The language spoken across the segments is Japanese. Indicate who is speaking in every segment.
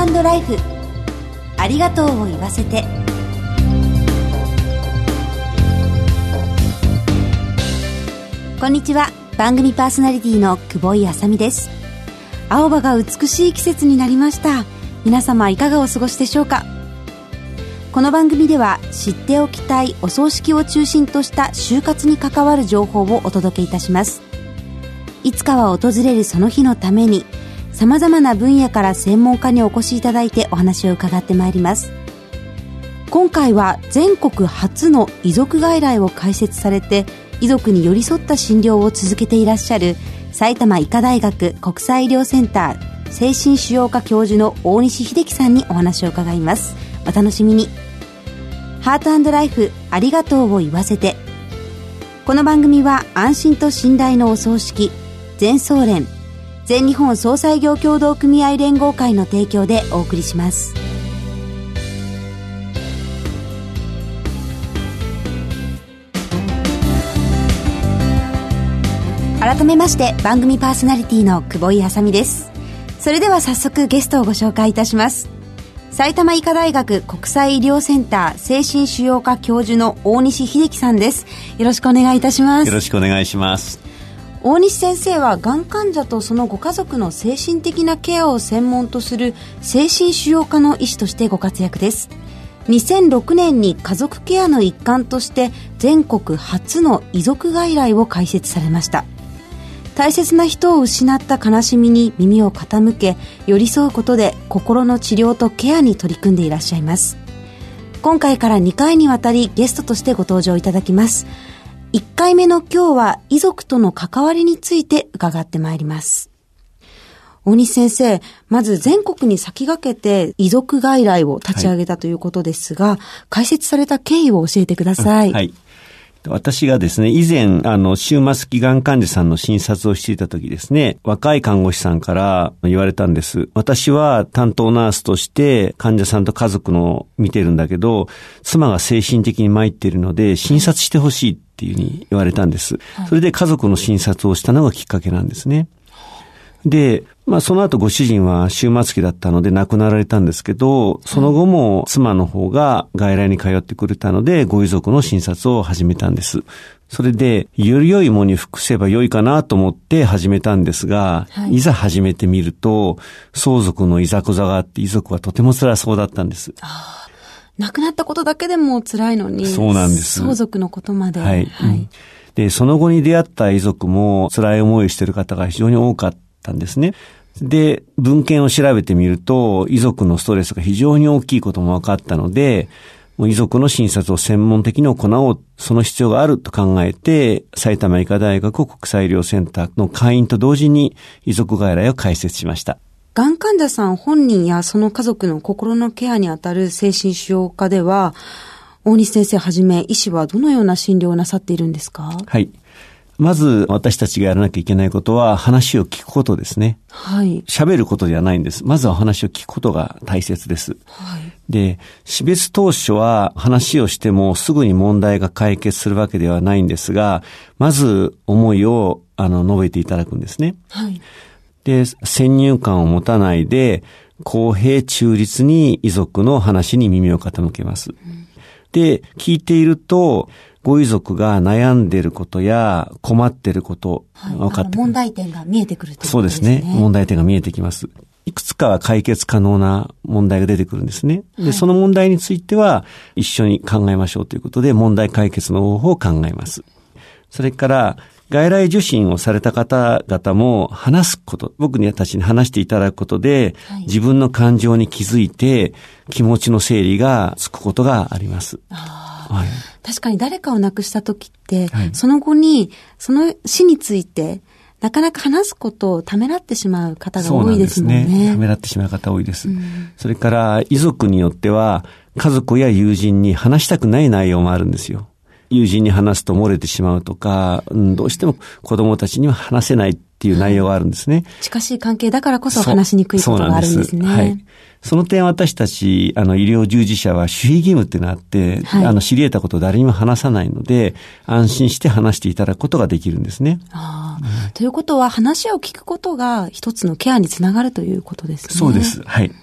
Speaker 1: ト&ライフ、ありがとうを言わせて。こんにちは、番組パーソナリティの久保井あさみです。青葉が美しい季節になりました。皆様いかがお過ごしでしょうか。この番組では知っておきたいお葬式を中心とした終活に関わる情報をお届けいたします。いつかは訪れるその日のために様々な分野から専門家にお越しいただいてお話を伺ってまいります。今回は全国初の遺族外来を開設されて遺族に寄り添った診療を続けていらっしゃる埼玉医科大学国際医療センター精神腫瘍科教授の大西秀樹さんにお話を伺います。お楽しみに。ハート&ライフ、ありがとうを言わせて。この番組は安心と信頼のお葬式全総連全日本葬祭業協同組合連合会の提供でお送りします。改めまして番組パーソナリティの久保井あさみです。それでは早速ゲストをご紹介いたします。埼玉医科大学国際医療センター精神腫瘍科教授の大西秀樹さんです。よろしくお願いいたします。
Speaker 2: よろしくお願いします。
Speaker 1: 大西先生はがん患者とそのご家族の精神的なケアを専門とする精神腫瘍科の医師としてご活躍です。2006年に家族ケアの一環として全国初の遺族外来を開設されました。大切な人を失った悲しみに耳を傾け寄り添うことで心の治療とケアに取り組んでいらっしゃいます。今回から2回にわたりゲストとしてご登場いただきます。1回目の今日は遺族との関わりについて伺ってまいります。大西先生、まず全国に先駆けて遺族外来を立ち上げたということですが、開設された経緯を教えてください。
Speaker 2: はい。私がですね、以前、終末期がん患者さんの診察をしていた時ですね、若い看護師さんから言われたんです。私は担当ナースとして患者さんと家族の見てるんだけど、妻が精神的に参っているので診察してほしいっていうふうに言われたんです。それで家族の診察をしたのがきっかけなんですね。で、その後ご主人は終末期だったので亡くなられたんですけど、その後も妻の方が外来に通ってくれたので、ご遺族の診察を始めたんです。それで、より良いものに服せば良いかなと思って始めたんですが、いざ始めてみると、相続のいざこざがあって遺族はとても辛そうだったんです。
Speaker 1: 亡くなったことだけでも辛いのに、
Speaker 2: そうなんです。
Speaker 1: 相続のことまで。
Speaker 2: はい。で、その後に出会った遺族も辛い思いをしている方が非常に多かったんですね。で、文献を調べてみると、遺族のストレスが非常に大きいことも分かったので、もう遺族の診察を専門的に行おう、その必要があると考えて、埼玉医科大学国際医療センターの会員と同時に遺族外来を開設しました。
Speaker 1: がん患者さん本人やその家族の心のケアにあたる精神腫瘍科では、大西先生はじめ医師はどのような診療をなさっているんですか？
Speaker 2: はい。まず私たちがやらなきゃいけないことは話を聞くことですね。
Speaker 1: はい。
Speaker 2: 喋ることではないんです。まずは話を聞くことが大切です。
Speaker 1: はい。
Speaker 2: で、死別当初は話をしてもすぐに問題が解決するわけではないんですが、まず思いを述べていただくんですね。
Speaker 1: はい。
Speaker 2: で、先入観を持たないで公平中立に遺族の話に耳を傾けます。で、聞いているとご遺族が悩んでいることや困っていること、分かってくる。
Speaker 1: 問題点が見えてくるということですね。
Speaker 2: そうですね。問題点が見えてきます。いくつかは解決可能な問題が出てくるんですね。で、その問題については一緒に考えましょうということで問題解決の方法を考えます。それから外来受診をされた方々も話すこと、僕たちに話していただくことで、自分の感情に気づいて気持ちの整理がつくことがあります。はい、
Speaker 1: 確かに誰かを亡くした時って、その後にその死についてなかなか話すことをためらってしまう方が多いですもんね。そうなんですね。
Speaker 2: ためらってしまう方多いです。それから遺族によっては家族や友人に話したくない内容もあるんですよ。友人に話すと漏れてしまうとか、どうしても子供たちには話せないっていう内容があるんですね。
Speaker 1: 近しい関係だからこそ話しにくいことがあるんですね。
Speaker 2: はい。その点私たち医療従事者は守秘義務っていうのがあって、知り得たことを誰にも話さないので安心して話していただくことができるんですね。
Speaker 1: ということは話を聞くことが一つのケアにつながるということですね。
Speaker 2: そうです。はい。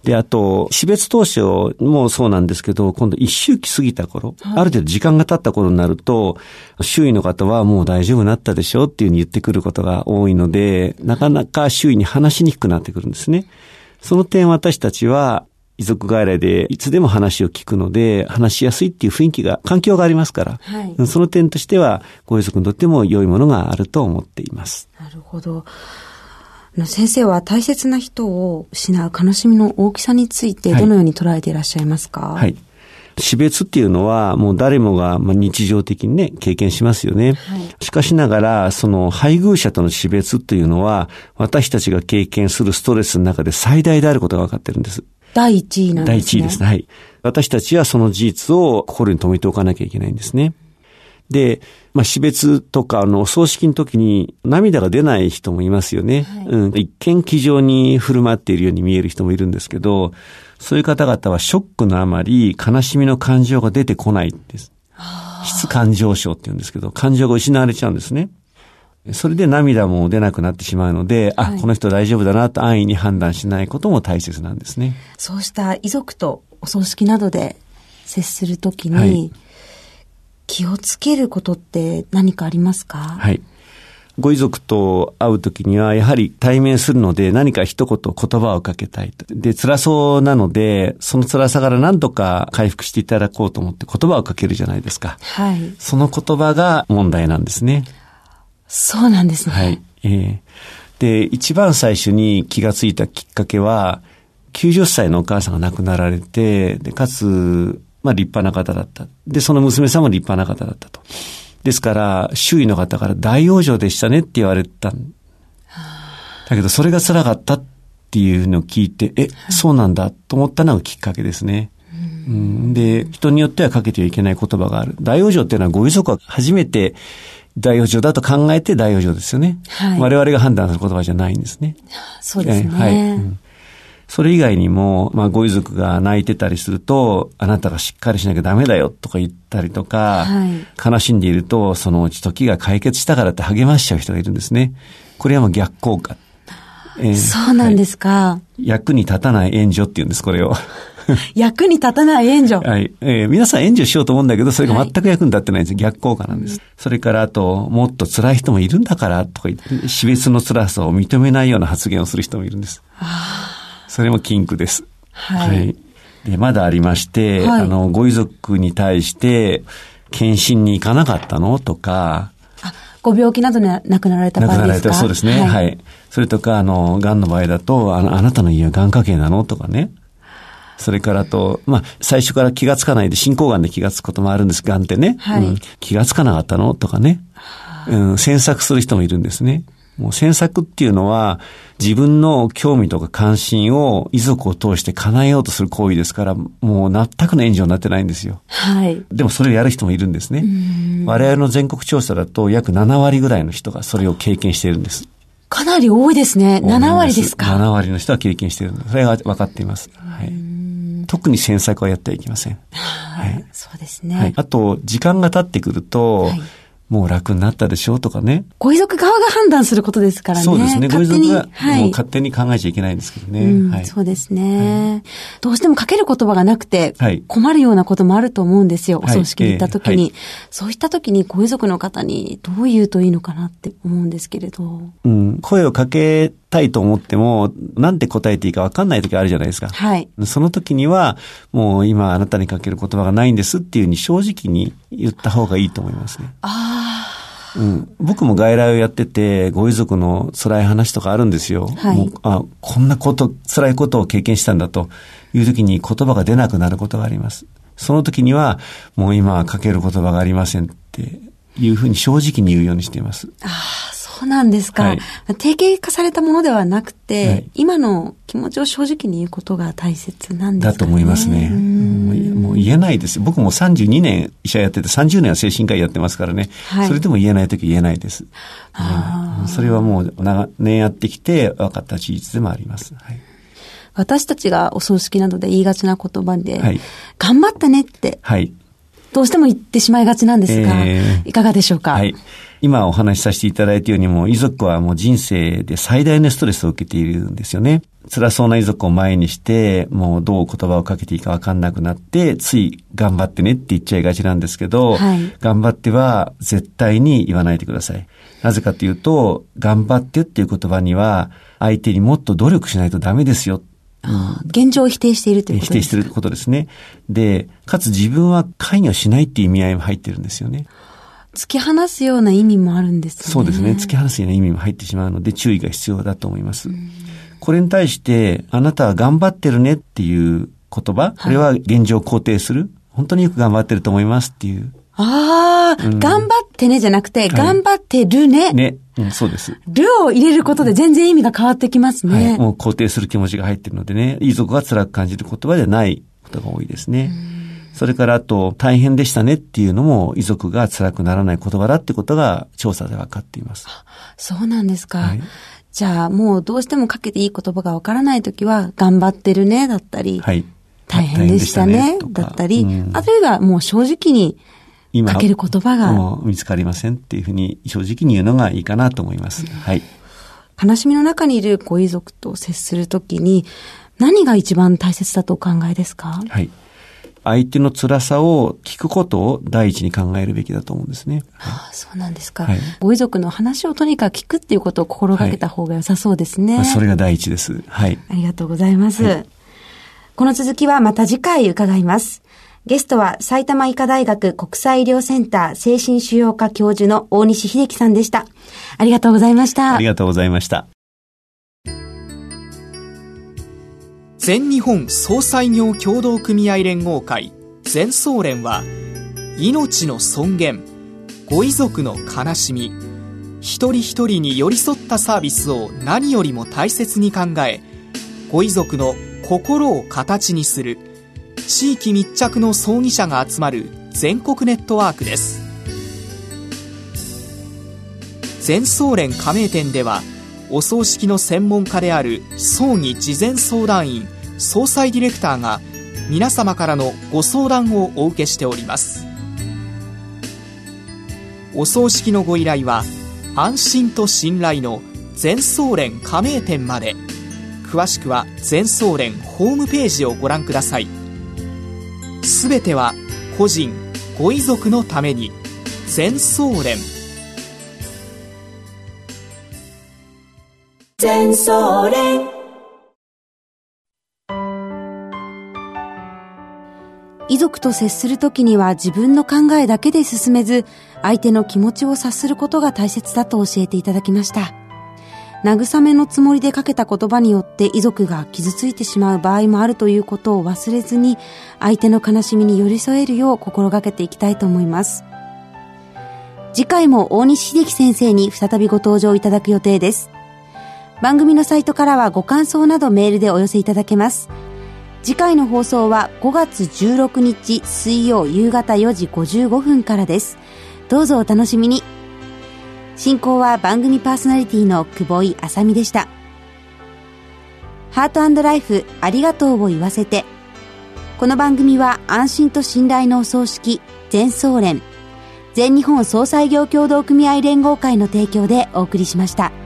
Speaker 2: で、あと、死別当初もそうなんですけど、今度一周期過ぎた頃、ある程度時間が経った頃になると、周囲の方はもう大丈夫になったでしょっていうふうに言ってくることが多いので、なかなか周囲に話しにくくなってくるんですね。その点私たちは、遺族外来でいつでも話を聞くので、話しやすいっていう雰囲気が、環境がありますから、はい、その点としては、ご遺族にとっても良いものがあると思っています。
Speaker 1: なるほど。先生は大切な人を失う悲しみの大きさについてどのように捉えていらっしゃいますか？
Speaker 2: はい。はい、死別っていうのはもう誰もが日常的にね、経験しますよね。はい、しかしながら、その配偶者との死別というのは、私たちが経験するストレスの中で最大であることが分かってるんです。
Speaker 1: 第一位なんですね。
Speaker 2: 第一位ですね。はい。私たちはその事実を心に留めておかなきゃいけないんですね。で、死別とかお葬式の時に涙が出ない人もいますよね。はい、一見気丈に振る舞っているように見える人もいるんですけど、そういう方々はショックのあまり悲しみの感情が出てこないんです。質感情症って言うんですけど、感情が失われちゃうんですね。それで涙も出なくなってしまうので、はい、この人大丈夫だなと安易に判断しないことも大切なんですね。
Speaker 1: そうした遺族とお葬式などで接するときに、はい、気をつけることって何かありますか？
Speaker 2: はい。ご遺族と会うときには、やはり対面するので何か一言言葉をかけたいと。で、辛そうなので、その辛さから何とか回復していただこうと思って言葉をかけるじゃないですか。はい。その言葉が問題なんですね。
Speaker 1: そうなんですね。
Speaker 2: はい。で、一番最初に気がついたきっかけは、90歳のお母さんが亡くなられて、で、かつ、立派な方だった。で、その娘さんも立派な方だったと。ですから、周囲の方から大往生でしたねって言われた。だけど、それが辛かったっていうのを聞いて、そうなんだと思ったのがきっかけですね。で、人によってはかけてはいけない言葉がある。大往生っていうのはご遺族は初めて大往生だと考えて大往生ですよね。はい、我々が判断する言葉じゃないんですね。
Speaker 1: そうですね。
Speaker 2: はい。それ以外にも、ご遺族が泣いてたりすると、あなたがしっかりしなきゃダメだよとか言ったりとか、はい、悲しんでいると、そのうち時が解決したからって励ましちゃう人がいるんですね。これはもう逆効果。
Speaker 1: そうなんですか、
Speaker 2: はい。役に立たない援助っていうんです、これを。
Speaker 1: 役に立たない援助。
Speaker 2: はい。皆さん援助しようと思うんだけど、それが全く役に立ってないんですよ。逆効果なんです。それからあと、もっと辛い人もいるんだからとか言って、死別の辛さを認めないような発言をする人もいるんです。それも禁句です。はい。はい、で、まだありまして、はい、ご遺族に対して、検診に行かなかったのとか、
Speaker 1: ご病気などで亡くなられた場合ですか？亡くなられた、
Speaker 2: そうですね。はい。はい、それとか、癌の場合だと、あなたの家は癌家系なのとかね。それからと、最初から気がつかないで、進行癌で気がつくこともあるんです、癌ってね。はい。気がつかなかったのとかね。詮索する人もいるんですね。もう詮索っていうのは、自分の興味とか関心を遺族を通して叶えようとする行為ですから、もう全くの援助になってないんですよ。はい。でもそれをやる人もいるんですね。我々の全国調査だと約7割ぐらいの人がそれを経験しているんです。
Speaker 1: かなり多いですね。7割ですか？
Speaker 2: 7 割の人は経験しているので、それが分かっています。はい。特に詮索はやってはいけません。
Speaker 1: はい。そうですね。
Speaker 2: はい。あと、時間が経ってくると、はい、もう楽になったでしょうとかね。
Speaker 1: ご遺族側が判断することですからね。
Speaker 2: そうですね。ご遺族がもう勝手に考えちゃいけないんですけどね。
Speaker 1: はい、そうですね、はい。どうしてもかける言葉がなくて困るようなこともあると思うんですよ。お葬式に行った時に、そういった時にご遺族の方にどう言うといいのかなって思うんですけれど。
Speaker 2: 声をかけたいと思っても、なんて答えていいか分かんない時あるじゃないですか。はい。その時には、もう今あなたにかける言葉がないんですっていうふうに正直に言った方がいいと思いますね。僕も外来をやってて、ご遺族の辛い話とかあるんですよ。はい。こんなこと、辛いことを経験したんだという時に言葉が出なくなることがあります。その時には、もう今かける言葉がありませんっていうふうに正直に言うようにしています。
Speaker 1: そうなんですか。はい、定型化されたものではなくて、はい、今の気持ちを正直に言うことが大切なんですかね。
Speaker 2: だと思いますね。もう言えないです。僕も32年医者やってて30年は精神科医やってますからね。はい、それでも言えないとき言えないです。それはもう長年やってきて分かった事実でもあります。はい、
Speaker 1: 私たちがお葬式などで言いがちな言葉で、はい、頑張ったねって、はい、どうしても言ってしまいがちなんですが、いかがでしょうか。
Speaker 2: はい。今お話しさせていただいたように、もう遺族はもう人生で最大のストレスを受けているんですよね。 辛そうな遺族を前にして、もうどう言葉をかけていいか分かんなくなって、つい頑張ってねって言っちゃいがちなんですけど、はい、頑張っては絶対に言わないでください。なぜかというと、頑張ってっていう言葉には、相手にもっと努力しないとダメですよ。
Speaker 1: 現状を否定しているということですか？
Speaker 2: 否定していることですね。で、かつ自分は関与しないっていう意味合いも入ってるんですよね。
Speaker 1: 突き放すような意味もあるんですね。
Speaker 2: そうですね。突き放すような意味も入ってしまうので、注意が必要だと思います。これに対して、あなたは頑張ってるねっていう言葉、これは現状を肯定する。本当によく頑張ってると思いますっていう。
Speaker 1: 頑張ってねじゃなくて、頑張ってるね。
Speaker 2: ね。そうです。
Speaker 1: るを入れることで全然意味が変わってきますね。
Speaker 2: はい。もう肯定する気持ちが入ってるのでね、遺族が辛く感じる言葉ではないことが多いですね。それからあと、大変でしたねっていうのも遺族が辛くならない言葉だってことが調査で分かっています。
Speaker 1: そうなんですか。はい、じゃあもうどうしてもかけていい言葉が分からないときは、頑張ってるねだったり、はい、大変でしたねだったり、あるいはもう正直にかける言葉が
Speaker 2: もう見つかりませんっていうふうに正直に言うのがいいかなと思います。はい。
Speaker 1: 悲しみの中にいるご遺族と接するときに何が一番大切だとお考えですか？
Speaker 2: はい。相手の辛さを聞くことを第一に考えるべきだと思うんですね。
Speaker 1: そうなんですか。はい、ご遺族の話をとにかく聞くっていうことを心がけた方が良さそうですね。
Speaker 2: それが第一です。はい。
Speaker 1: ありがとうございます。はい、この続きはまた次回伺います。ゲストは埼玉医科大学国際医療センター精神腫瘍科教授の大西秀樹さんでした。ありがとうございました。
Speaker 2: ありがとうございました。
Speaker 3: 全日本総裁業協同組合連合会全総連は、命の尊厳、ご遺族の悲しみ、一人一人に寄り添ったサービスを何よりも大切に考え、ご遺族の心を形にする地域密着の葬儀社が集まる全国ネットワークです。全総連加盟店では、お葬式の専門家である葬儀事前相談員総裁ディレクターが皆様からのご相談をお受けしております。お葬式のご依頼は安心と信頼の全総連加盟店まで。詳しくは全総連ホームページをご覧ください。すべては個人ご遺族のために。全総連。
Speaker 1: 全総連。遺族と接するときには自分の考えだけで進めず、相手の気持ちを察することが大切だと教えていただきました。慰めのつもりでかけた言葉によって遺族が傷ついてしまう場合もあるということを忘れずに、相手の悲しみに寄り添えるよう心がけていきたいと思います。次回も大西秀樹先生に再びご登場いただく予定です。番組のサイトからはご感想などメールでお寄せいただけます。次回の放送は5月16日水曜夕方4時55分からです。どうぞお楽しみに。進行は番組パーソナリティの久保井あさみでした。ハート&ライフありがとうを言わせて。この番組は安心と信頼のお葬式全総連、全日本総裁業協同組合連合会の提供でお送りしました。